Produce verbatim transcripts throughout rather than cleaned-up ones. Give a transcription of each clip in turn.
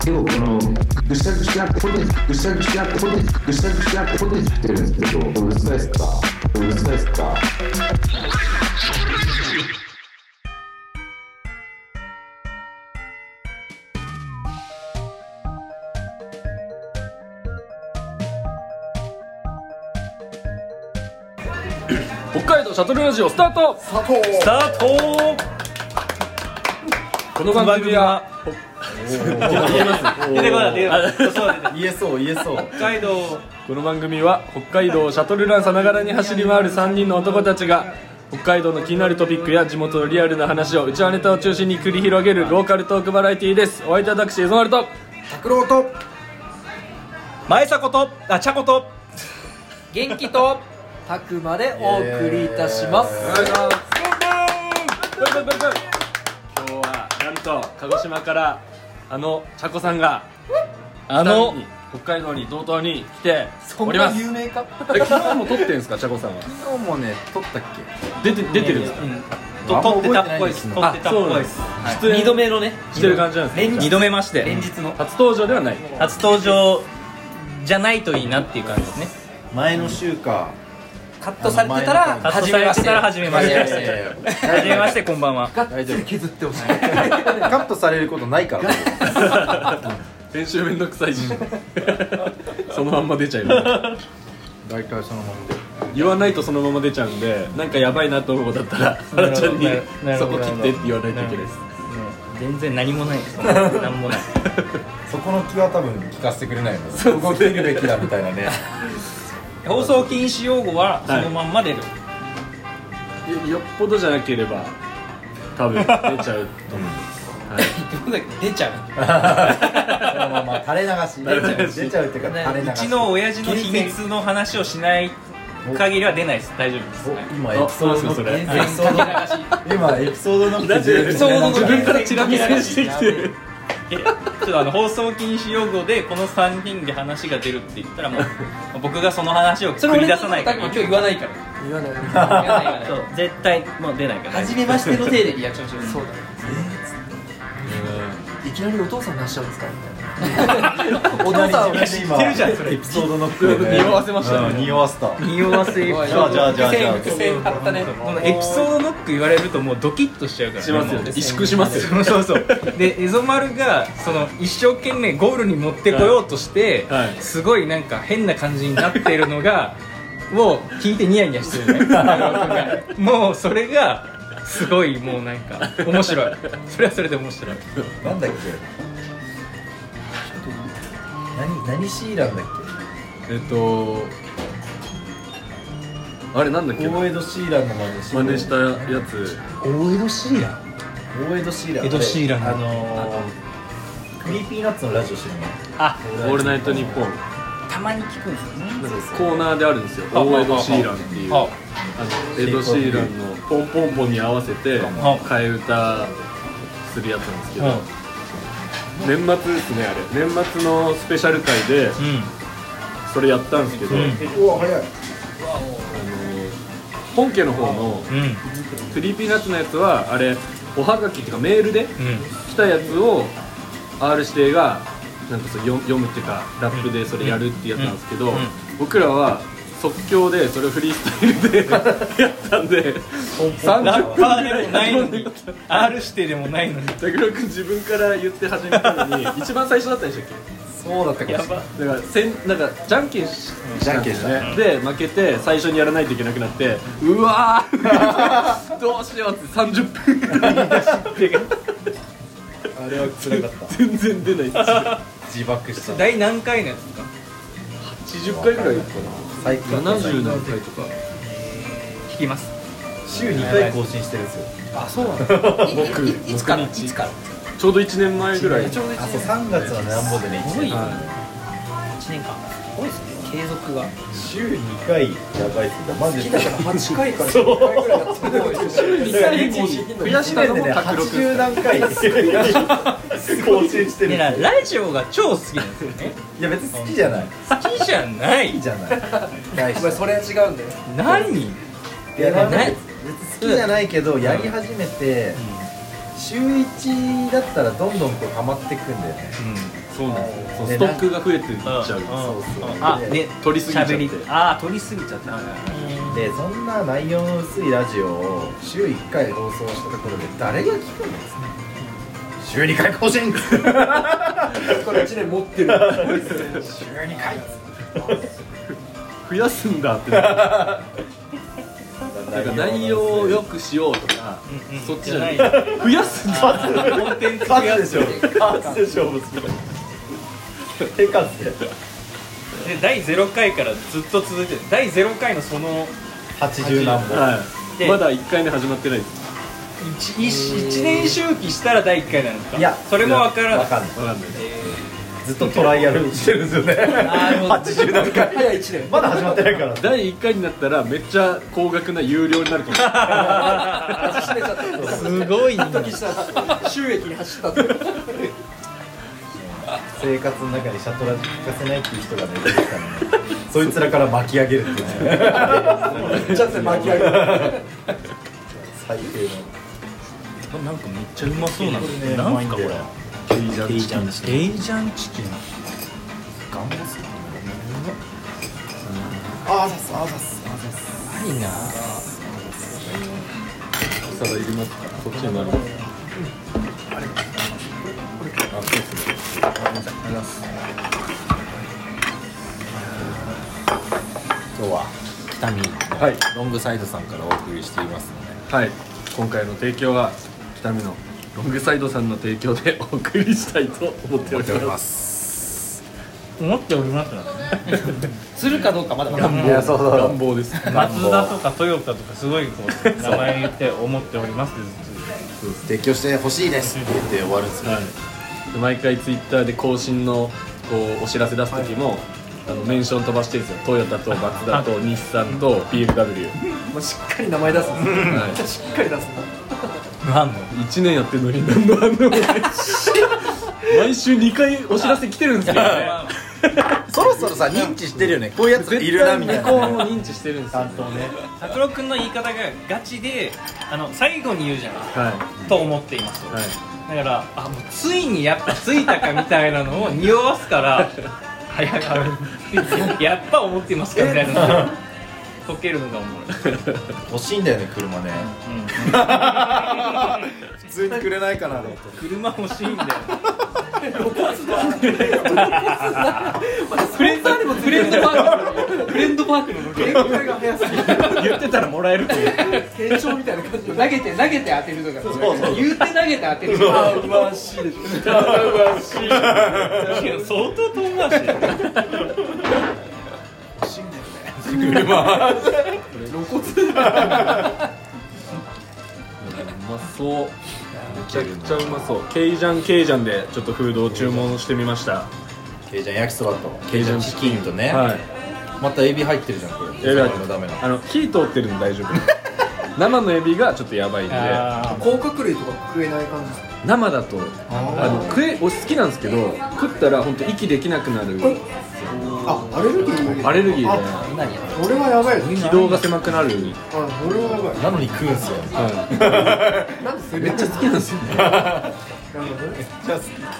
結構このぐしゃぐしゃってこれでぐしゃぐしゃってこれでぐしゃぐしゃってこれでってるんですけど、うるさいっすかうるさいっすか。 北海道シャトルラジオスタートスタートスタート。 この番組は言えます出てこない出てこないそう言えそう言えそう北海道この番組は北海道をシャトルランさながらに走り回るさんにんの男たちが北海道の気になるトピックや地元のリアルな話をうちわネタを中心に繰り広げるローカルトークバラエティーです。お相手は私エゾマルと拓郎と前迫とあ茶子と元気とたくまでお送りいたします。 お願いします。今日はなんと鹿児島からあの茶子さんがあの北海道に道東に来てそんなおります。 有名か。 え昨日も撮ってんですか茶子さんは。 昨日もね撮ったっけ。 出て出てるんですか。 と撮ってたっぽいです撮ってたっぽいです出演二度目のね。 してる感じなんですか。 二度目まして連日の。 初登場ではない。 初登場じゃないといいなっていう感じですね。 前の週か。 カットされてたらカット初めまして。 されてたら初めましていやいやいやいや初めましてこんばんは。 がっつり削ってほしい。 カットされることないから編集めんどくさいしそのまんま出ちゃいます。 大体そのままで言わないとそのまま出ちゃうんで、なんかやばいなと思うことだったら原ちゃんにそこ切ってって言わないといけないです。 全然何もないです何もないそこの気は多分聞かせてくれないの。そこ切るべきだみたいなね。 放送禁止用語はそのまんま出る、 よよっぽどじゃなければ多分出ちゃうと思う。 出ちゃう。 まあまあまあ垂れ流し出ちゃうっていうか垂れ流し。 うちの親父の秘密の話をしない限りは出ないです。大丈夫です。 お今エピソードのそれエピソード今エピソードのエピソードの自分からチラ見せしてきてる。 えちょっとあの放送禁止用語でこのさんにんで話が出るって言ったらもう僕がその話を繰り出さないから。 今日言わないから。言わない。言わない。 そう絶対もう出ないから。 初めましての体でリアクションしてる。そうだ。いきなりお父さん出しちゃうんですかみたいな。お父さんは知ってるじゃんそれエピソードの匂わせましたね。 匂わせた。 匂わせじゃあじゃあじゃあじゃあ伏線張ったね。 このエピソードノック言われるともうドキッとしちゃうからしますよね。萎縮しますよね。 そうそうでエゾマルがその一生懸命ゴールに持ってこようとして、 はいはいすごいなんか変な感じになってるのがもう聞いてニヤニヤしてるねもうそれがすごいもうなんか面白いそれはそれで面白い。 なんだっけ。何何シーランだっえっとあれなんだっけ。 け。 大江戸シーランの真似し真似したやつ。 大江戸シーラン。 大江戸シーラン。 江戸シーランあのー、クリーピーナッツのラジオしてるの。 あオールナイトニッポンたまに聞くんですよね。 なんかコーナーであるんですよ。大江戸シーランっていう。 ああの江戸シーランのポンポンポンに合わせて替え歌するやつなんですけど、年末ですね。あれ年末のスペシャル回でうんそれやったんですけど、 うんうわ早い。 あの本家の方のうんクリーピーナッツのやつはあれおはがきっていうかメールでうん来たやつを R 指定がなんかそう読読むっていうかラップでそれやるっていうやつなんですけど、 うんうん僕らは即興でそれをフリースタイルでやったんでさんじゅっぷんラッパーでもないのに R 指定でもないのに拓郎君自分から言って始めたのに一番最初だったんでしたっそうだったかもしれない。 け。だからせんなんかじゃんけんしじゃんけんしたね。で負けて最初にやらないといけなくなってうわーどうしようってさんじゅっぷんぐらい言い出してあれは辛かった全然出ないです自爆した。 第何回のやつですか。 はちじゅっかいぐらいか最近ななじゅう何回とか聞きます週にかい更新してるんですよ。 あ、そうなんだ。 僕いつからい僕日つから。 ちょうどいちねんまえぐらい。 ちょうど一あ、そう年。 さんがつのなんぼでね。 すごいよ。 は一年間。すごいですね。継続が。 週にかいやばいっすよ。マジで。 はちかいからじゅっかいぐらいだった。週にかい更新。 増やしたのもは拓郎ちじゅう何回更新してる。 でなラジオが超好きなんですよね。 いや別に好きじゃない。 好きじゃない好きじゃない。 お前それは違うんだよ。 何いやなんかな別に好きじゃないけどやり始めて週いちだったらどんどんこう溜まっていくんだよね。 そうなんですよ。そうでストックが増えていっちゃう。 そうそう。 あで取りすぎちゃって喋りあー取りすぎちゃったでそんな内容の薄いラジオを週いっかい放送したところで誰が聞くんですね。週にかい更新。 これいちねん持ってる週にかい。 増やすんだってなる。なんか内容を良くしようとか、 うんうんそっちじゃない。 じゃ増やすんだ。 コンテンツ増やす勝つでしょ。勝つでしょ。手勝つで。 でだいゼロかいからずっと続いてるだいゼロかいのそのはちじゅう何本。 はい。 でまだいっかいめ始まってないです。 いちねん周期したらだいいっかいなのかいやそれも分からないわかんない。 わかんないです。 ずっとトライアルしてるんですよね。 なるほどはちじゅう何回。 早いいちねんまだ始まってないから。 だいいっかいになったらめっちゃ高額な有料になるかもしれない。 味しめちゃったすごいな時したら収益に走ったって生活の中にシャトラ欠かせないっていう人がね出てきたので、そいつらから巻き上げるっていうね。 めっちゃって巻き上げる最低の。 なんかめっちゃうまそうなのこれねなんうまいんだよ。 ケイジャンケイジャンチキン。 ケイジャンチキンガンモス。あざすあざすあざす。 いいなお皿いりますか。そっちになります。あ、そうですね。 ありがとうございます今日は北見はい。 ロングサイドさんからお送りしていますので、 はい。今回の提供は北見のロングサイドさんの提供でお送りしたいと思っております。 思っておりますよするかどうかまだ分かんないいやそうそう願望です。 マツダとかトヨタとかすごいこう名前言って思っておりますってずっ提供してほしいですって言って終わるんですよ。 はい。で毎回ツイッターで更新のこうお知らせ出す時も、あのメンション飛ばしてるんですよ。トヨタとマツダと日産と ビーエムダブリュー。 もうしっかり名前出すんですよはいしっかり出すんだとなんのいちねんやってるのに何の反応もない。毎週にかいお知らせ来てるんですよね。 そろそろさ認知してるよね。こういうやついるなみたいな。 向こうも認知してるんですよ。 担当ね。 拓郎君の言い方がガチであの最後に言うじゃないはと思っています、 い。はい。 だからあもうついにやっぱついたかみたいなのを匂わすから早い早いやっぱ思っていますかみたいなの溶けるのがおもろい、 欲しいんだよね車ね。普通にくれないかなと思って。 車欲しいんだよフレンドフレンドパークのフレンドパークの限界が早すぎる言ってたらもらえると思う検証みたいな感じで投げて投げて当てるとか言って投げて当てるとかあうましいでしょいや相当遠回しだようまそう。めちゃくちゃうまそう。ケイジャンケイジャンでちょっとフードを注文してみました。 ケイジャン焼きそばとケイジャンチキンとね。 はい。 またエビ入ってるじゃんこれ。 エビ入ってのダメな。 あの火通ってるんで大丈夫。生のエビがちょっとやばいんで。 あ甲殻類とか食えない感じですか生だとあの食えお好きなんですけど食ったら本当息できなくなるあアレルギーアレルギーで何俺はやばいです気道が狭くなる。 あ俺はやばいなのに食うんすよ。 はなんでそれい。めっちゃ好きなんですよね。 なるほどねじゃあ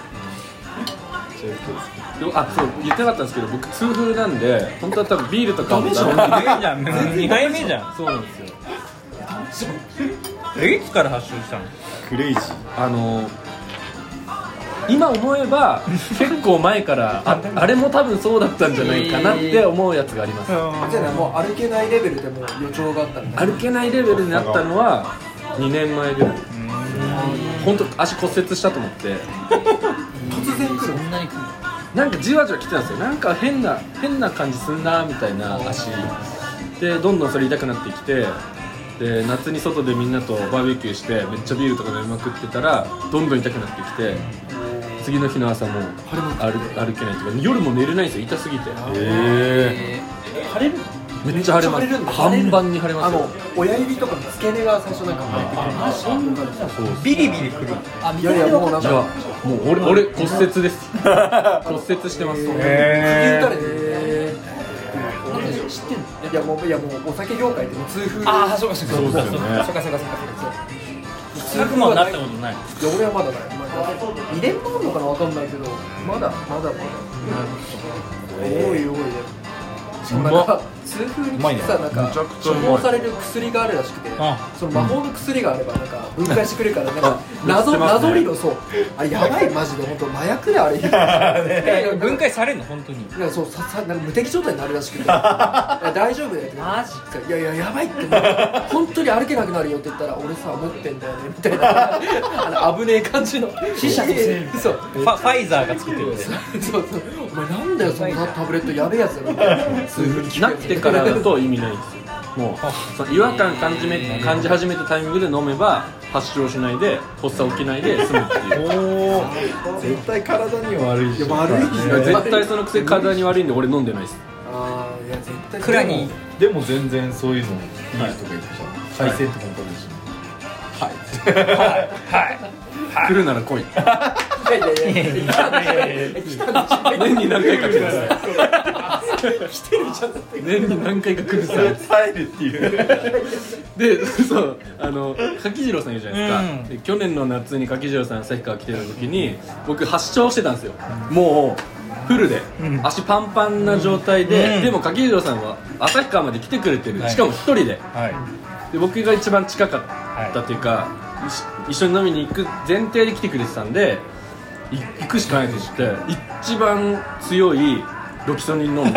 でもあそう言ってなかったんですけど僕痛風なんで本当は多分ビールとかもダメじゃんにかいめじゃんそうなんですよ。 えいつから発症したのクレイジー。 あの今思えば結構前からああれも多分そうだったんじゃないかなって思うやつがあります。 じゃあもう歩けないレベルでもう予兆があったんだ歩けないレベルになったのはにねんまえぐらい。本当足骨折したと思って突然来るそんなに来るなんかじわじわ来てたんですよ。なんか変な変な感じすんなみたいな足でどんどんそれ痛くなってきてで夏に外でみんなとバーベキューしてめっちゃビールとか飲みまくってたらどんどん痛くなってきて次の日の朝も歩歩けないというか夜も寝れないんですよ痛すぎて。 え腫れるめっちゃ腫れます。半端に腫れますよ。 あの親指とかの付け根が最初なんかあそんなビリビリくるあいやいやもうなんじゃあかもう俺俺骨折です骨折してます。 釘打たれてる知ってんのいやもういやもうお酒業界ってもう痛風ああそうかそうかそうですよね。 そうかそうかそうか普佐久間になったことない。 いや俺はまだない、まだにねんもあるのかなわかんないけど、まだまだまだおいおい、しかもなんか痛風に効くさ、なんか処方される薬があるらしくて、その魔法の薬があればなんか分解してくれるから、なんか謎謎理の、そうあれやばい、マジで本当麻薬であれ分解されるの本当に。 いやそうささなんか無敵状態になるらしくていや大丈夫だよって、マジいやいややばいってもう本当に歩けなくなるよって言ったら、俺さ持ってんだよねみたいなあの危ねえ感じの死者とせそうファファイザーが作ってるんでそうそうお前なんだよそのタブレットやべえやつだろみたいな痛風に効くなってからだと意味ないんですよ。もうその違和感感じめ感じ始めたタイミングで飲めば発症しないで発作起きないで済むっていう。 絶対体には悪いし。 いや悪いいや絶対その癖体に悪いんで俺飲んでないです。 ああいや絶対蔵にでも全然そういうのいいとか言ってじゃん。海鮮とかも食べるし。はい来るなら来い。 いやいやいやいや来たんでしょ年に何回か来るさ来てるじゃん。年に何回か来るさ入るっていうで、そうあの柿次郎さんいるじゃないですか、 うんで去年の夏に柿次郎さん旭川来てた時に僕発症してたんですよ。もうフルで、うん、足パンパンな状態で、うん、でも柿次郎さんは旭川まで来てくれてる、はい、しかも一人で、はい、で僕が一番近かったというか、はい、一緒に飲みに行く前提で来てくれてたんで行くしかないとして、一番強いロキソニン飲んで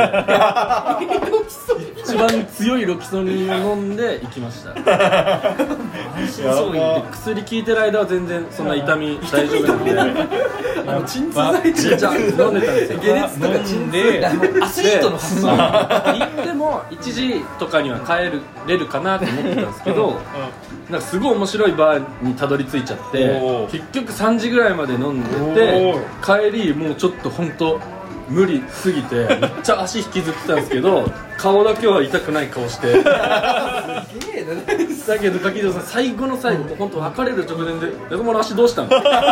一番強いロキソニンを飲んで行きました。安心そうにで薬効いてる間は全然そんな痛み大丈夫なんであの鎮痛剤ってじゃあ飲んでたんですよ。 解熱とか鎮痛アスリートの発想行ってもいちじとかには帰れるかなと思ってたんですけど、なんかすごい面白いバーにたどり着いちゃって結局さんじぐらいまで飲んでて、帰りもうちょっと本当無理すぎてめっちゃ足引きずってたんですけど顔だけは痛くない顔してだけど柿城さん最後の最後本当別れる直前で「中村足どうしたの?」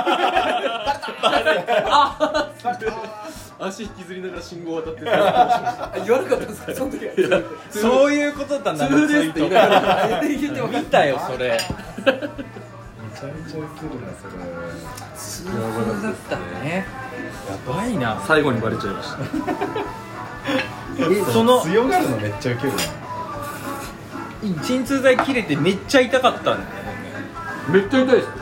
あ足引きずりながら信号渡って言わなかったんですかその時は。 そういうことだったんだ。 痛風ですって言いながら見たよそれ。 めちゃめちゃするなそれ。 痛風だったね。やばいな。 最後にバレちゃいましたその強がるのめっちゃウケるな。 鎮痛剤切れてめっちゃ痛かったんだよね。 めっちゃ痛いです。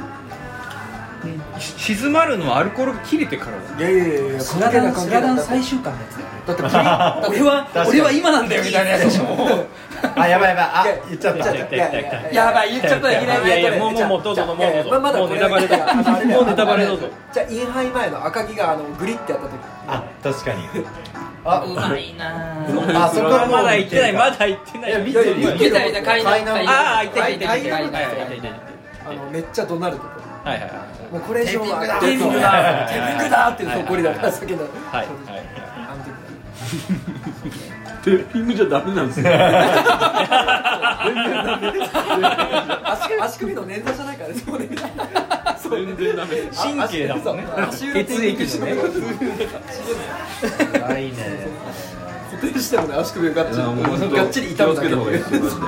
静まるのはアルコールが切れてからだ。 いやいやいやスラダンスラダン最終巻のやつだよ。 だって俺は俺は今なんだよみたいなやつでしょ。 あやばいやばいあ言っちゃったやばい言っちゃったらいけない。 いやいやもうもうもうどうぞもうどうぞ。 まだもうネタバレどうぞ。もうネタバレどうぞ。 じゃあインハイ前の赤木があのグリってやった時。 あ確かに。あうまいな。 あそこはまだ行ってないまだ行ってない。 見てる見てた見てた階段階段。 ああ行ってない行ってない行ってない行ってない。 あのめっちゃ怒鳴るとこ。 はいはいはい。 もうこれ以上はテーピングだテーピングだっていうゴリラが叫んだ。 はいはい。 テーピングじゃダメなんですよ。 足足首の捻挫じゃないからね。 全然ダメ。 神経だもんね。血液のね。 ないね。 固定してもね足首がガッチリガッチリ痛むだけで。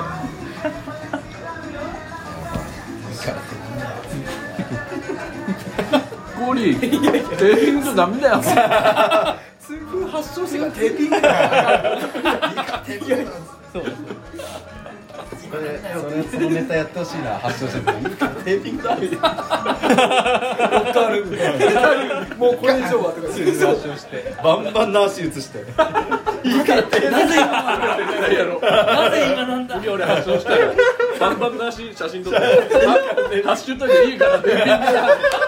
ゴリテーピングじゃダメだよ。 痛風発症してからテーピングだからテーピングなんです。そうそれそれそのネタやってほしいな。発症してるテーピングだ。ロッカールームもうこれ以上はとか発症してバンバンな足移して。 なぜ今なぜ今なんだ。 次俺発症したらバンバンの足写真撮ってハッシュタグいいからテーピングだ。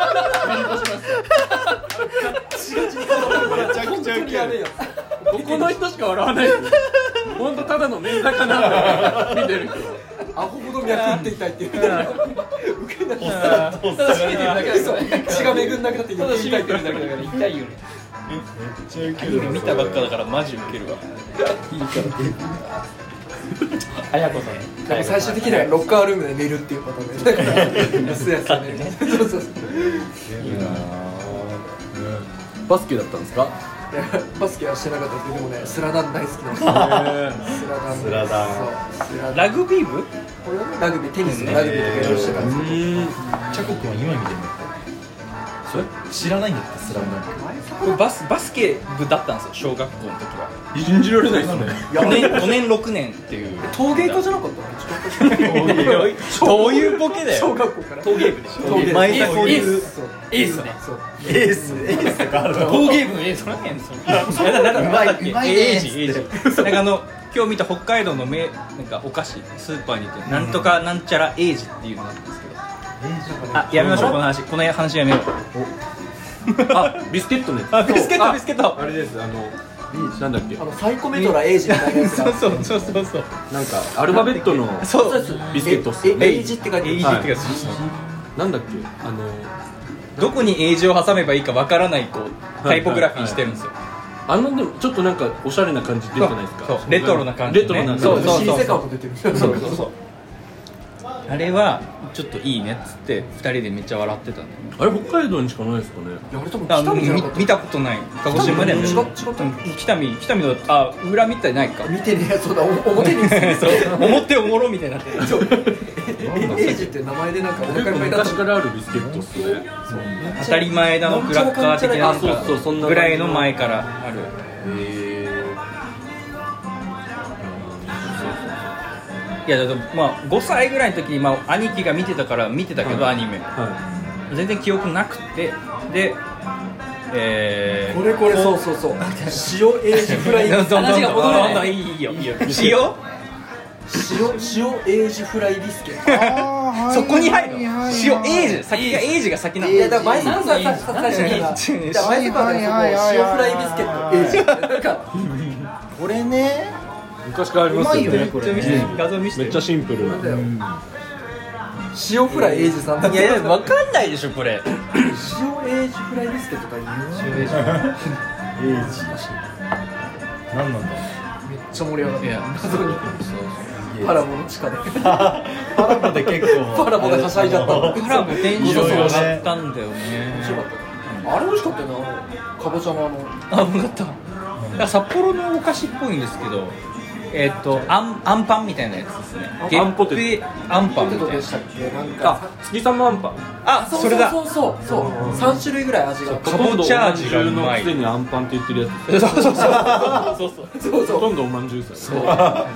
めちゃくちゃウケる。 ここの人しか笑わないです。本当ただの年代かなって見てる人。 アホほど脈打っていたいっていう。受けない。血が巡んなくなって余計痛いっていうだけだから痛いよね。 めっちゃウケる。 見たばっかだからマジウケるわ。いいから。あやこさん。 でも最終的にはロッカールームで寝るっていうパターンで。だから安いやつだね。そうそうそう。 いいな。 バスケだったんですか？ バスケはしてなかったけど、でもね、スラダン大好きなんですよ。スラダン。 スラダン。 そう。スラダン。 ラグビー部？ 俺はラグビー、テニス、ラグビーとかやろうしてたんですけど、 チャコ君は今見てるんだってそれ知らないんだってスラムダンク僕バスバスケ部だったんですよ小学校の時は。 信じられないですね。 ごねんごねんろくねんっていう。 陶芸家じゃなかったっけ？ どういうボケだよ。 小学校から陶芸部でしょ。 陶芸部エースそういうエースね。 エースエースがあるの陶芸部のエース。 何やねんそれ。なんかなんかなんだっけうまいねエイジエイジ。なんかあの今日見た北海道のめなんかお菓子スーパーに行ってなんとかなんちゃらエイジっていうのがあったんですけど。あやめましょうこの話この話やめよう。 あ、ビスケットね。 あビスケットビスケット。 あれです。あのなんだっけ。 あのサイコメトラエイジみたいなやつがそうそうそうそうそう。 なんかアルファベットのそうビスケットっすよね。 エイジって書いてエイジある。 ってやつ。 なんだっけ。あのどこにエイジを挟めばいいかわからないこうタイポグラフィーしてるんですよ。 あのでもちょっとなんかおしゃれな感じ出てないですか。 そうレトロな感じね。 レトロな感じ。 そうそう新世界も出てる。そうそうそうそう。あれはちょっといいねっつってふたりでめっちゃ笑ってたんだよね。 あれ北海道にしかないですかね。 いや俺多分あ北見じゃなかった。 見見たことない鹿児島では違っ違った北見北見のあ裏見たないか見てねえやつだ。お表にそう表おもろみたいになってる。 そうエイジって名前でなんかお結構腹いっぱいだった昔からあるビスケットっすね。 当たり前だのクラッカー的なあそうそうそんなぐらいの前からある。いやだからまあごさいぐらいの時に、まあ、兄貴が見てたから見てたけど、 はいアニメは全然記憶なくてでえーこれこれそうそうそう塩エイジフライどんどんどん話が戻らないどんどんいいいいよいいよ塩塩塩エイジフライビスケット。 そこに入るの塩エイジ先がエイジが先なのいやだから前なんさでささ最初からなんでだから前からその塩フライビスケットエイジなんかこれねい。昔からありますよね。これ見せて画像見せてめっちゃシンプルな。 塩フライエイジさんだいやいや分かんないでしょこれ塩エイジフライビスケットとか言うエイジ何なんだめっちゃ盛り上がっていや謎にパラモの地下でパラモで結構パラモではしゃいじゃったのパラもテンション上がったんだよね面白かったあれ美味しかったよなあのかぼちゃのあのあ分かっただから札幌のお菓子っぽいんですけどえっとあんあんパンみたいなやつですねあんポテト月餅あんパンみたいなポテトでしたっけなんかあ、月さんまあんパン。 あそうそれだそうそうそうそう三種類ぐらい味がかぼちゃ味がうまいほとんどおまんじゅうのくせにあんパンって言ってるやつ。 そうそうそうそうそうそうそうほとんどおまんじゅうさ。そう。 あ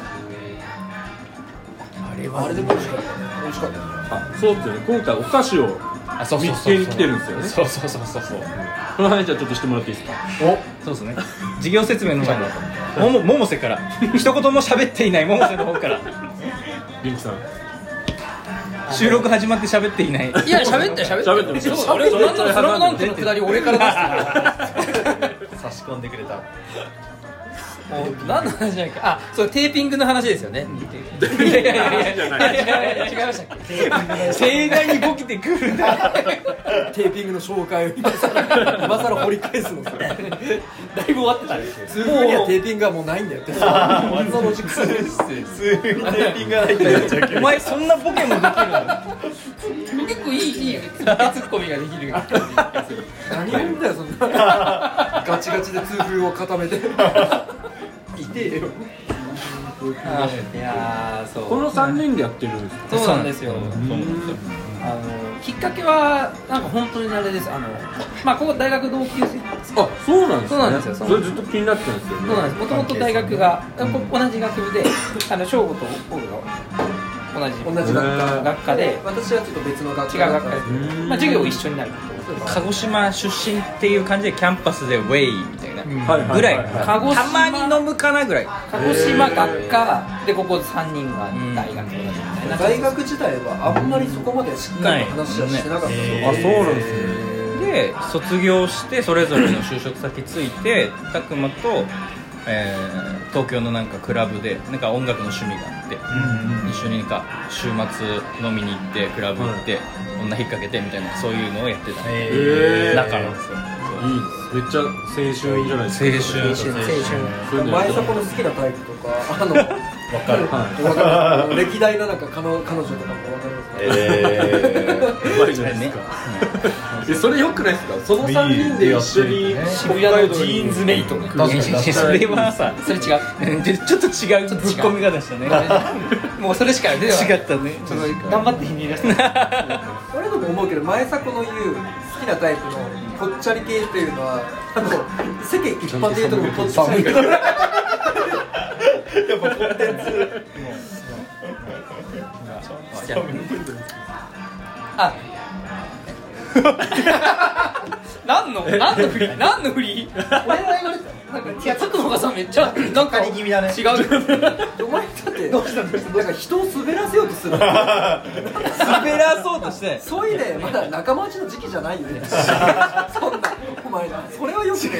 れあれでも美味しかった美味しかったあ、そうですよね。今回お菓子をあそうそう見つそうけに来てるんですよね。 そうそうそうそうそうこの話はちょっとしてもらっていいですか。 そうですね事業説明の前にもも百瀬から一言も喋っていない百瀬の方からリンキさん。 収録始まって喋っていないいや喋って喋って喋ってますよそう俺なんでスラムダンクのくだり俺から出してる差し込んでくれた何の話じゃないかあそうテーピングの話ですよねいやいやいやいやいや違いましたっけ盛大にボケてくるなテーピングの紹介を今更今更掘り返すのそれだいぶ終わってたんですよ痛風にはテーピングがもうないんだよってそんなロジックス数分テーピングがないってなっちゃうけどお前そんなボケもできるの結構いいいいツッコミができる何者だよそんなガチガチで痛風を固めて痛えよいやーそうこのさんにんでやってるんですか。 そうなんですよあのきっかけはなんか本当にあれですあのまあここ大学同級生なんですあ、そうなんですね。 そうなんですよそれずっと気になってたんですよね。 そうなんですもともと大学がこ同じ学部であの翔吾と僕が同じ同じ学科学科で私はちょっと別の学科違う学科ですまあ授業一緒になる鹿児島出身っていう感じでキャンパスでウェイみたいなはいはいぐらい鹿児島たまに飲むかなぐらい鹿児島学科でここさんにんが大学同じみたいな大学自体はあんまりそこまでしっかりと話はしてなかったですよあ、そうなんですね。 で卒業してそれぞれの就職先ついて拓磨と、えー東京のなんかクラブでなんか音楽の趣味があって、一緒になんか週末飲みに行ってクラブ行って、女引っ掛けてみたいなそういうのをやってたえー仲なんですよいいです。めっちゃ青春じゃないですか。 青春青春そういうのやって前迫の好きなタイプとかあのわかるわかる歴代のなんか彼女彼女とかもわかるえー、 うまいじゃないですか。え、それ良くないですか？そのさんにんで一緒に渋谷のジーンズメイトの確かにそれはさそれ違うでちょっと違うぶっ込み方したね。 もうそれしか出ない違ったね。 ちょっと頑張ってひねり出す俺でも思うけど前迫の言う好きなタイプのぽっちゃり系っていうのはあの世間一般でいうところぽっちゃり系やっぱコンテンツあ何の何の振り何の振り俺が言われたなんかいや佐久間さんめっちゃなんか気味だね。 違うお前だってどうしたんですか？なんか人を滑らせようとする滑らそうとしてそういうねまだ仲間内の時期じゃないよねそんなお前なそれはよくね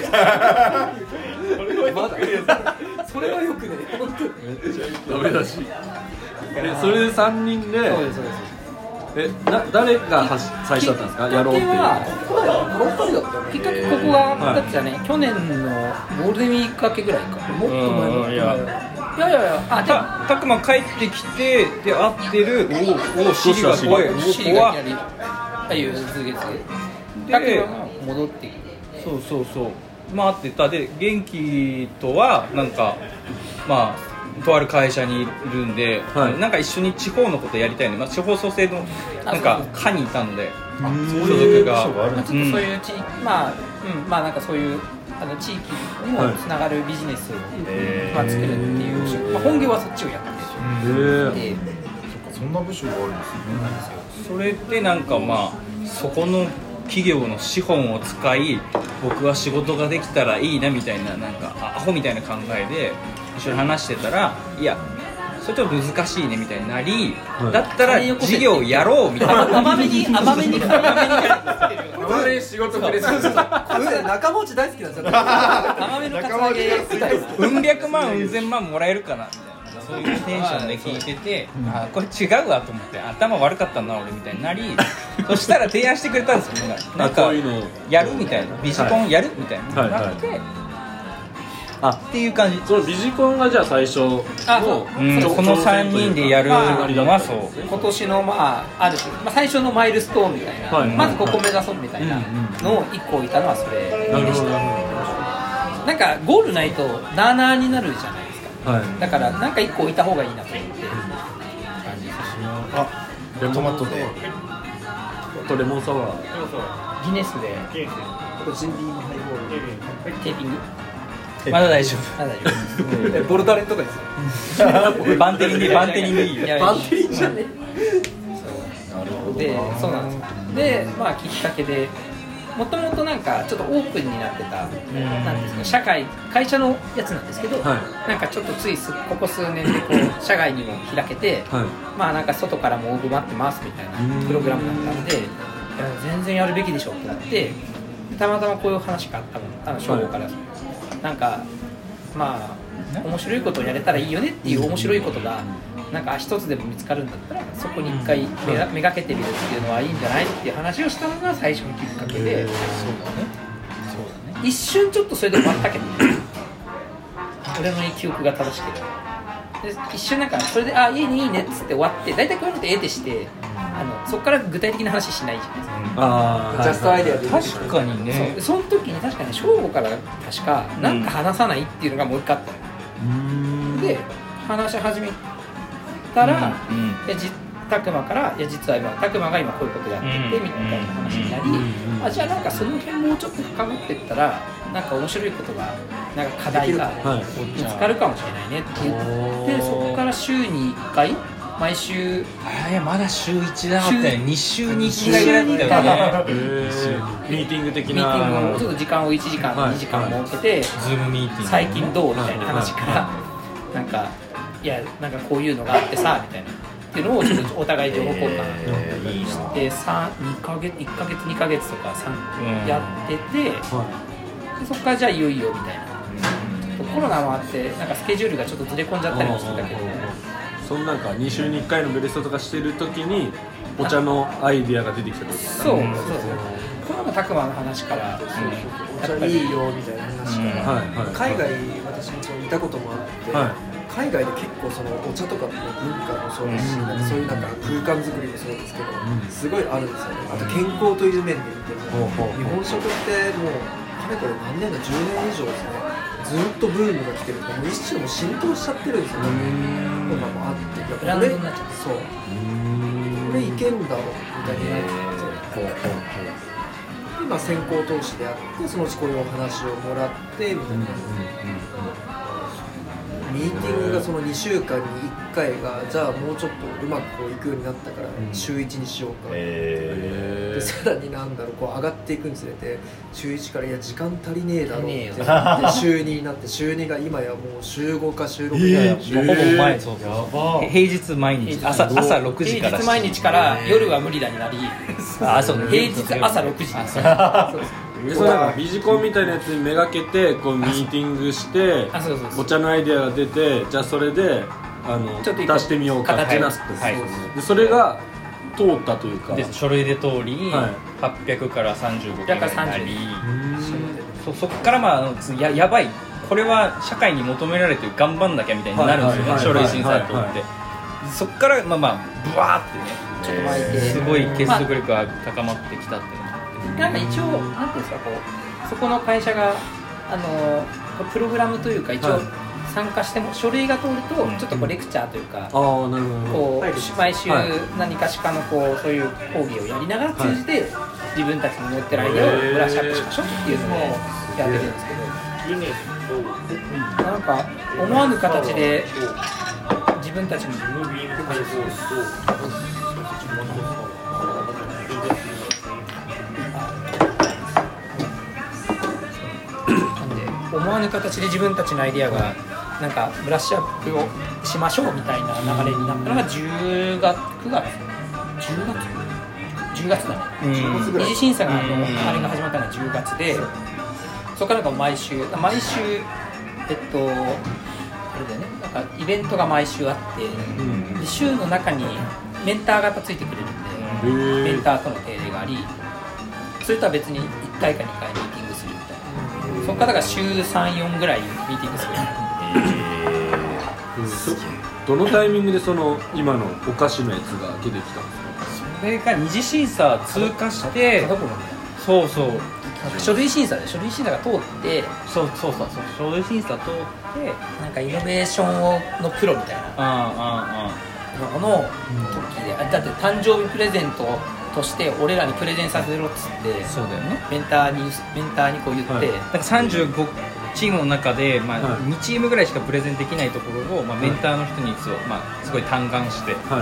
まだそれはよくね本当にダメだし。え、それでさんにんで、 そうですそうですえ、な誰がはし最初だったんですか？やろうっていう。 はここだよこのふたりだったよねきっかけここがだってね去年のゴールデンウィーク明けぐらいかもっと前のうんいやいやいやいやあでもたたくま帰ってきてで会ってるおおおシリが怖いおシリ怖いがいきなりあいう続け続けでだけど戻ってくるそうそうそう待ってたで元気とはなんかまあとある会社にいるんで、 はい、 なんか一緒に地方のことやりたいの、まあ、地方創生のなんか課にいたのでそう所いう属が部署があるんですまあちょっとそういう地域、うん、まあうんまあなんかそういうあの地域にもつながるビジネスを、 はいまあ、作るっていう、まあ、本業はそっちをやってへて、 え。 そんな部署があるんですね。 それでなんかまあそこの企業の資本を使い僕は仕事ができたらいいなみたいななんかアホみたいな考えで一緒に話してたらいやそれちょっと難しいねみたいになり、 はい、 だったら事業やろうみたいな甘めに甘めに甘めに生で仕事くれたんですか？ これね仲間内大好きなんですよ甘めのカツアゲ大好きうん百万うん千万もらえるかなみたいなそういうテンションで聞いてて、あこれ違うわと思って頭悪かったな俺みたいになりそしたら提案してくれたんですよなんかこういうのやるみたいなビジコンやるみたいなはいなって、 はいあっていう感じ。 そのビジコンがじゃあ最初のあそううんこのさんにんでやるのはそう今年のまあある種、まあ、最初のマイルストーンみたいな、 はいまずここ目指そうみたいなのをいっこ置いたのはそれでした。なんかゴールないとなあなあになるじゃないですか、 はいだからなんかいっこ置いた方がいいなと思ってあ、トマトでとレモンサワーギネスであとジンビーのハイボールテーピングまだ大丈まだ大丈えボルダレンとかですよ夫バンテリンでバンテリンでいいよいやバンテリンじゃねでそうなんですでまあきっかけでもともとなんかちょっとオープンになってたなんですか社会会社のやつなんですけど、 はなんかちょっとついすここ数年でこう社外にも開けて、 はいまあなんか外からも応募待ってますみたいなプログラムだったんでいや全然やるべきでしょってなってたまたまこういう話があったのあの正午から、はい、なんかまあ面白いことをやれたらいいよねっていう面白いことがなんか一つでも見つかるんだったらそこに一回めがめがけてみるっていうのはいいんじゃないっていう話をしたのが最初のきっかけで、そうだねそうだね一瞬ちょっとそれで終わったけどね俺の記憶が正しければで一瞬なんかそれであいいねいいねっつって終わって大体こういうのってええってしてあのそこから具体的な話しないじゃないですか、 あジャストアイデアで確かにねそうその時に確かに正午から確かなんか話さないっていうのがもう一回あったの、で話し始めたら、うんうん、いやじたくまからいや実は今たくまが今こういうことやってて、うん、みたいな話になり、うん、あじゃあなんかその辺もうちょっと深まっていったらなんか面白いことがなんか課題が見つかるかもしれないねって言ってそこから週にいっかい毎週あいやまだ週いちだったよに週にいっかいぐらいだよねミーティング的なミーティングをちょっと時間をいちじかん、はい、にじかん設けて、 ズームミーティング最近どうみたいな話から、はい、なんかいやなんかこういうのがあってさみたいなっていうのをちょっとお互い情報交換してにかげついっかげつにかげつとかさんやってて、はい、でそこからじゃあいよいよみたいな、うん、コロナもあってなんかスケジュールがちょっとずれ込んじゃったりもしてたけどそのなんかに週にいっかいのブレストとかしてる時にお茶のアイディアが出てきたことですか、 そうそうそうこのたくまの話から、うん、 お茶いいよみたいな話から、 うんはいはい、 海外私もいたこともあって、 はい、 海外で結構そのお茶とかの文化もそうですし、なんかそういうなんか空間作りもそうですけど、すごいあるんですよね。あと健康という面で見ても、日本食ってもうかれこれ何年だじゅうねん以上ですね、ずっとブームが来てるから、もう一種も浸透しちゃってるんですよね。とかもあって、 ブランドになっちゃって、 そう、これいけんだろうみたいになってて、今先行投資であって、そのうちこういうお話をもらってみたいな。ミーティングがそのにしゅうかんにいっかいが、じゃあもうちょっとうまくこういくようになったから週いちにしようか、えー、でさらになんだろう、こう上がっていくにつれて週いちからいや時間足りねえだろうってなって週にになって、週にが今やもう週ごか週ろくになって、 ほぼ毎日、そうそう、平日毎日朝朝ろくじから平日毎日から夜は無理だになり、あ、そう、平日朝ろくじ、そうそれなんかビジコンみたいなやつにめがけてこうミーティングして、お茶のアイデアが出て、じゃあそれであのちょっと出してみようかってなって、 はい、 でそれが通ったというか、 で書類で通り、はい、はっぴゃくからさんじゅうごけんになり、そそこからまあ や, やばい、これは社会に求められてる、頑張んなきゃみたいになるんですよね、書類審査通って、そこからまあまあブワーってね、 ちょっと巻いて、 すごい結束力が高まってきたっていうの。 なんか一応、なんていうんですか、こうそこの会社があのプログラムというか、一応参加しても、書類が通ると、ちょっとこうレクチャーというか、こう毎週何かしかのこうそういう講義をやりながら通じて、自分たちに持ってるアイデアをブラッシュアップしましょうっていうのをやってるんですけど、なんか思わぬ形で自分たちの思わぬ形で自分たちのアイデアがなんかブラッシュアップをしましょうみたいな流れになったのがじゅうがつ、くがつ、じゅうがつ、じゅうがつだね。二次審査があのあれが始まったのがじゅうがつで、そこからなんか毎週毎週えっとあれだよね、なんかイベントが毎週あって、で週の中にメンターがついてくれるんで、メンターとの定例があり、それとは別にいっかいかにかいミーティングするみたいな。そこからが週さん、よんぐらいミーティングする。 どのタイミングでその今のお菓子のやつが出てきたんですか？ それが二次審査通過して、そうそう、 書類審査で書類審査が通って、 そうそうそうそう、書類審査通ってなんかイノベーションのプロみたいなのの時で、だって誕生日プレゼントとして俺らにプレゼンさせろっつって、 そうだよね、 メンターにメンターにこう言って、はい、だからさんじゅうごチームの中で、まあはい、にチームぐらいしかプレゼンできないところを、まあ、メンターの人に、まあ、すごい嘆願して、はい、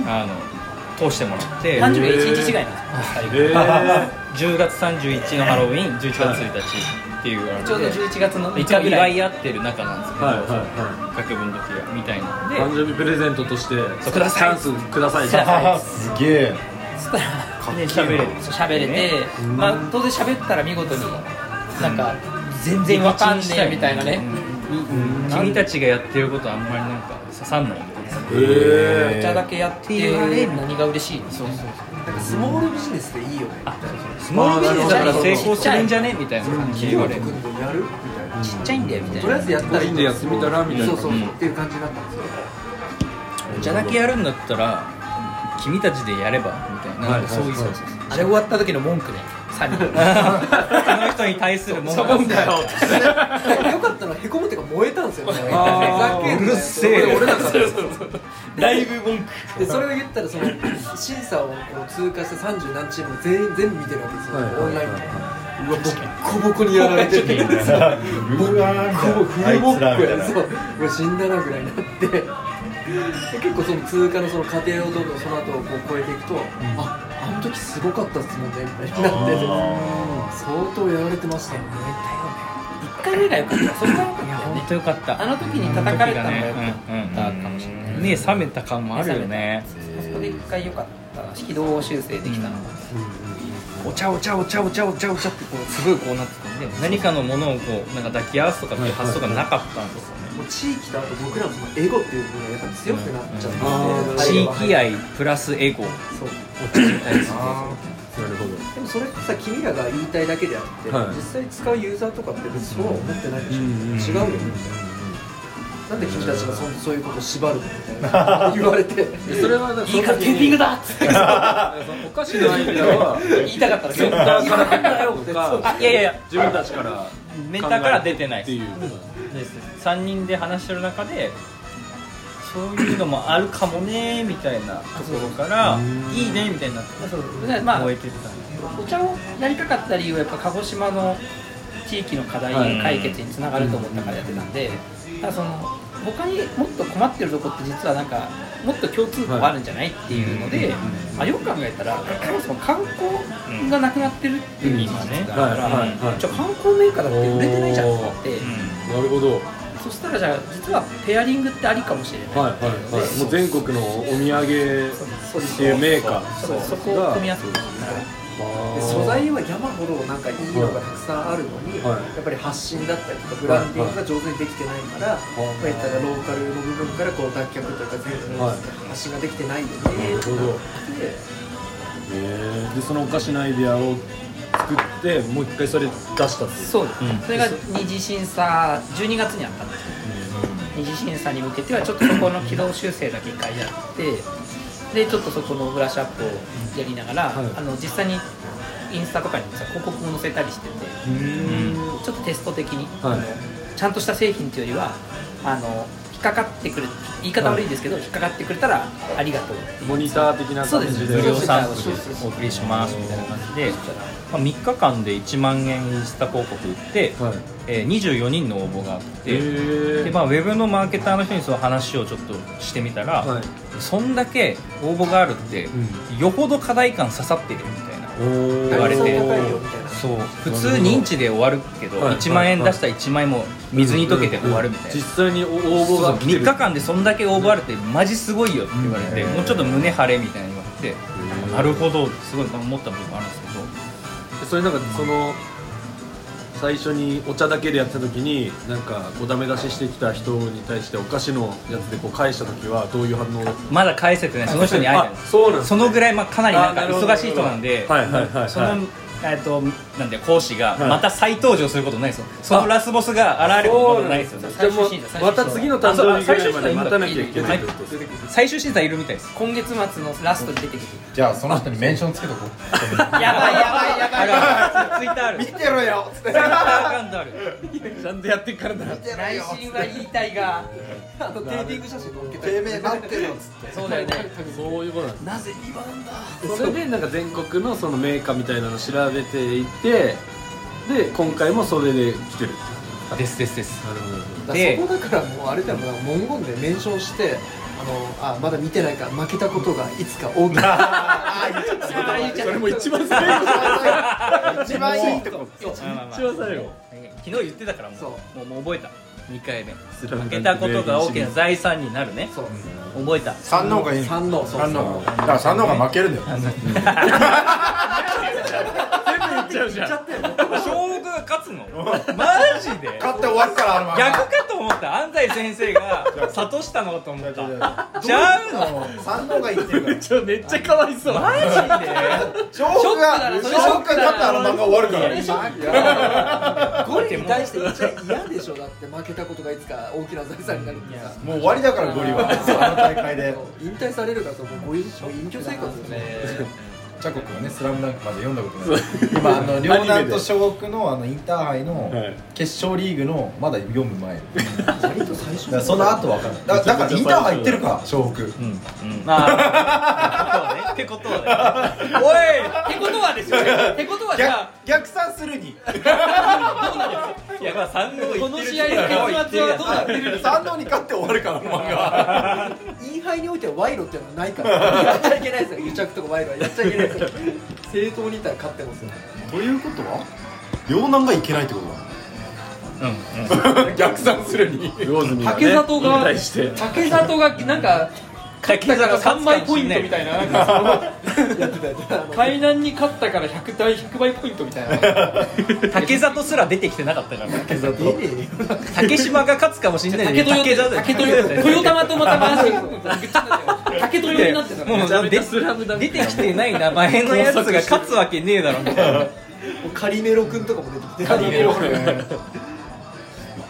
あの通してもらって、 誕生日がいちにち違いなんですよ、 えー、じゅうがつさんじゅういちのハロウィン、じゅういちがつついたちっていう、 ちょうどじゅういちがつのみっかぐらい祝い合ってる中なんですけど、はいはいはい、学部の時はみたいなので、 誕生日プレゼントとしてください、 チャンスください、 すげえ、 そしたら喋れる、喋れて、まあ当然喋ったら見事になんか全然わかんねえみたいなね、 君たちがやってることあんまりなんか刺さんないみたいな、 お茶だけやって何が嬉しいの？ そうそうそう、なんかスモールビジネスでいいよね、 スモールビジネスだから成功するんじゃねみたいな感じで言われる、 やるみたいな、 ちっちゃいんだよみたいな、 とりあえずやったらいいんでやってみたらみたいな、 そうそうそうっていう感じになったんですよ。 お茶だけやるんだったら君たちでやればみたいな、はい、そういう、そうそうそう、 あれ終わった時の文句ね、サニーあの人に対する文句だよよかったのはへこむっていうか燃えたんですよね。 うるせえ、 俺なんかだいぶ文句で、それを言ったらその審査をこう通過したさんじゅうなんチーム全員全部見てるわけですよ、オンラインで。うわ、ボッコボコにやられてて、ボッコボコ、フルボッコや、そう、うわ死んだなぐらいになってで、結構その通過のその過程をどんどんその後こう超えていくと、うん、あ、あの時すごかったっすもんねみたいになって、相当やられてましたね。 いっかいめが良かった、それが良かったよね。 本当良かった。 あの時に叩かれたのが良かったかもしれない。 目覚めた感もあるよね。 そこでいっかい良かった、軌道修正できたのが、 お茶お茶お茶お茶お茶お茶ってこうすごいこうなってたんで、何かのものをこうなんか抱き合わすとかっていう発想がなかったんですよね。 もう地域とあと僕らもそのエゴっていう部分がやっぱ強くなっちゃって、 地域愛プラスエゴ、 そう、 に対する。 なるほど。 でもそれってさ、君らが言いたいだけであって、はい、実際使うユーザーとかって別にそうは思ってないでしょ、うん、違うよね。 なんで君たちが そ, そういうことを縛るのみたいな言われてそれはだいいからテーピングだっつってお菓子のアイデアは言いたかったらセンターから出たよとかあいやいやいや自分たちからメンターから出てないっていうですさんにんで話してる中でそういうのもあるかもねみたいなところからいいねみたいになってそうでまあ燃えてたお茶をやりたかった理由はやっぱ鹿児島の地域の課題解決につながると思ったからやってたんで、だからその他にもっと困ってるとこって実はなんかもっと共通項あるんじゃないっていうので、まあ、よく考えたらそもそも観光がなくなってるっていう今ねだからじゃあ観光メーカーだって売れてないじゃんってなってなるほどそしたらじゃあ実はペアリングってありかもしれないはいはいはいもう全国のお土産っていうメーカーそこを組み合わせてで素材は山ほどなんかいいのがたくさんあるのに、はい、やっぱり発信だったりとかブランディングが上手にできてないから、はいまあ、言ったらローカルの部分からこう脱却とか全部発信ができてないよねってなって、 えー、でそのお菓子のアイデアを作ってもう一回それ出したっていうそうです、うん、それが二次審査じゅうにがつにあったんですけど、うん、二次審査に向けてはちょっとそこの軌道修正だけ一回やってでちょっとそこのブラッシュアップをやりながら、はい、あの実際にインスタとかにもさ広告も載せたりしててちょっとテスト的に、はい、あのちゃんとした製品っていうよりはあの引っかかってくる言い方悪いですけど、はい、引っかかってくれたらありがとうっていうモニター的な感じで無料サンプルお送りしますみたいな感じで、まあ、みっかかんでいちまんえんインスタ広告売って、はいえー、にじゅうよにんの応募があってで、まあ、ウェブのマーケターの人にその話をちょっとしてみたら、はい、そんだけ応募があるって、うん、よほど課題感刺さってるみたいな言われてそう普通認知で終わるけど、はい、いちまんえん出したらいちまんえんも水に溶けて終わるみたいな、 実際に応募がみっかかんでそんだけ応募あるってマジすごいよって言われて、もうちょっと胸張れみたいな言われてなるほどすごい思った部分あるんですけどそれなんかその最初にお茶だけでやった時になんかこうダメ出ししてきた人に対してお菓子のやつでこう返した時はどういう反応？ まだ返せてないその人に会えたんですそうなんです、ね、そのぐらいまあかなりなんか忙しい人なんではいはいはい、はい、そのえっとなんて講師がまた再登場することないですよ、はい、そのラスボスが現れることないですよね。 じゃあもうまた次の誕生日ぐらいまで待たなきゃいけない。 最終審査いるみたいです。 今月末のラストで出てくる。 じゃあその人にメンションつけとこう。 やばいやばいやばいやばい。 ツイッターある。 見てろよ。 ツイッターアカウントある。 ちゃんとやってっからだ。 内心は言いたいが、 あのテーピング写真載っけて。 てめえ待ってよっつって。 そうだよね。 そういうことなんです。 なぜ今なんだ。 それでなんか全国のそのメーカーみたいなのを調べていって。で今回もそれで来てるですですですなるほどでそこだからもうあれだよ文言でメンションしてあのあまだ見てないから負けたことがいつか大きなあ言っちゃったそれも一番最後一番いいとこ一番最後昨日言ってたからもうもうもう覚えたにかいめ負けたことが大きな財産になるねそう覚えた三の方がいい三の三のだから三の方が負けるんだよちゃうじゃん。湘北が勝つの？マジで？ 勝って終わるからあの逆かと思った。安西先生が諭したのかと思った。ちゃうの？ 三のが言ってるから。 ちょめっちゃかわいそう。 マジで？ 湘北が湘北が勝ったあの漫画終わるから。 ゴリに対して言っちゃ嫌でしょだって負けたことがいつか大きな財産になるってさ。 もう終わりだからゴリはあの大会で引退されるからともう隠居生活ですね。 チャコ君はね、スラムダンクまで読んだことない今あの両南と湘北のあのインターハイの決勝リーグのまだ読む前割と最初その後分かんないだからインターハイ行ってるか湘北うんうんああってことはねってことはねおいってことはですよねってことはじゃあ逆算するにいやまあ三能この試合の結末はどうなってる三能に勝って終わるから漫画インハイにおいては賄賂っていうのはないからやっちゃいけないですよ癒着とか賄賂はやっちゃいけないですよ正当にいたら勝ってますよということは両南がいけないってことだうん、うん、逆算するに竹里が竹里がなんか勝ったからさんばいポイントみたいななんかそのやってたやつ海南に勝ったからひゃくばいひゃくばいポイントみたいな竹里すら出てきてなかったから竹里竹島が勝つかもしれないのに竹豊竹豊豊玉とまた回して竹豊になってたもう出てきてない名前のやつが勝つわけねえだろみたいなカリメロ君とかも出てきてカリメロ君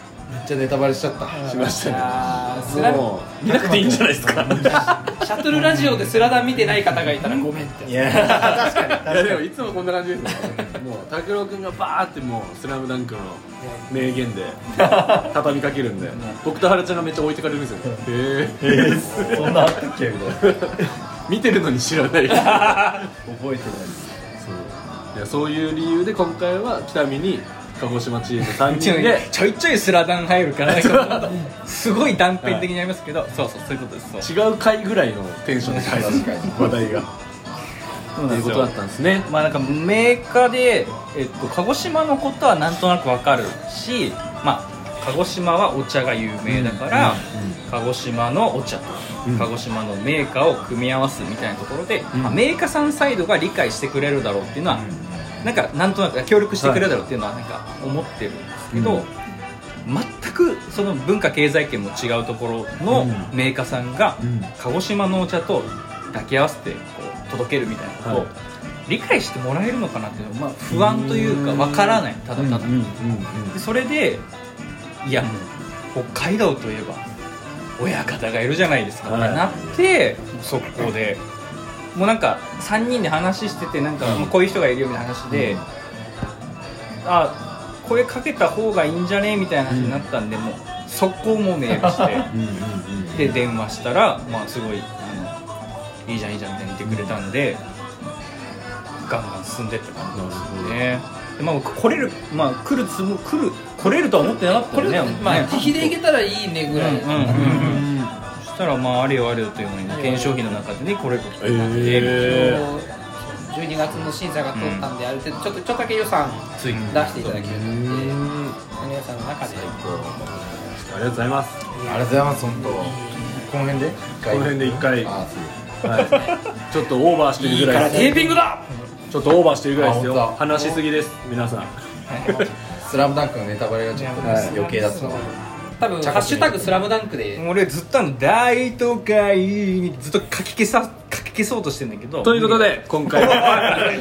じゃあネタバレしちゃったしましたね。 あースラもう見なくていいんじゃないですか。 シャトルラジオでスラダン見てない方がいたらごめんって。 いや確かにいやでもいつもこんな感じですよ。もう拓郎くんがバーってもうスラムダンクの名言で畳みかけるんで、僕と原ちゃんがめっちゃ置いてかれるんですよ。へえ。 そんなあったっけみたいな見てるのに知らない。 覚えてないそういやそういう理由で今回は北見に鹿児島チームさんにんでちょいちょいスラダン入るからなんかすごい断片的になりますけど、そうそうそういうことです。そう違う回ぐらいのテンションで入る話題がそうなんですよということだったんですね。 まあなんかメーカーで、えっと、鹿児島のことはなんとなくわかるし、まあ鹿児島はお茶が有名だから、鹿児島のお茶と鹿児島のメーカーを組み合わすみたいなところで、まあ、メーカーさんサイドが理解してくれるだろうっていうのは、なんかなんとなく協力してくれるだろうっていうのはなんか思ってるんですけど、全くその文化経済圏も違うところのメーカーさんが鹿児島のお茶と抱き合わせてこう届けるみたいなことを理解してもらえるのかなっていうのは、まあ、不安というかわからない、ただただでそれでいやもう北海道といえば親方がいるじゃないですかってなって速攻でもうなんかさんにんで話しててなんかもうこういう人がいるよみたいな話で、あ声かけた方がいいんじゃねみたいな話になったんで、もう速攻もうメールしてで電話したらまあすごいあのいいじゃんいいじゃんみたいに言ってくれたんでガンガン進んでって感じなんですよね。でまあ来れるまあ来るつも来る来れるとは思ってなかったよね。 まあ自費で行けたらいいねぐらい。 うんうんうんうんそしたらまああれよあれよというのに検証費の中でねこれこそになってえじゅうにがつの審査が通ったんで、ある程度ちょっとちょっとだけ予算ついに出していただけるので、その予算の中でありがとうございます。 ありがとうございます本当この辺でこの辺で一回、 あそうはい、ちょっとオーバーしてるぐらいです。 テーピングだ。 ちょっとオーバーしてるぐらいですよ。 あ本当話しすぎです皆さん。 スラムダンクのネタバレがちょっと余計だったの多分ハッシュタグスラムダンクで俺ずっとあの大都会にずっと書き消さ書き消そうとしてんだけどということで今回はおい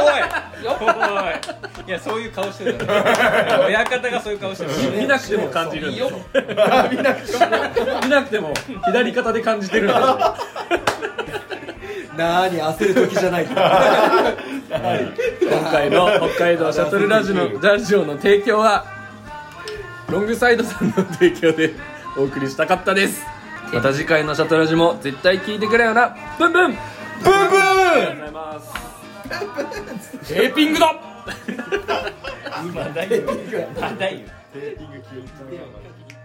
おいいやそういう顔してる親方がそういう顔してる見なくても感じるんですよ。見なくても見なくても左肩で感じてるんですよ。 なーに焦る時じゃない今回の北海道シャトルラジオのラジオの提供はロングサイドさんの提供でお送りしたかったです。また次回のシャトラジも絶対聞いてくれよな。ブンブンブンブンありがとうございます。テーピングだまだ言うまだ言うテーピング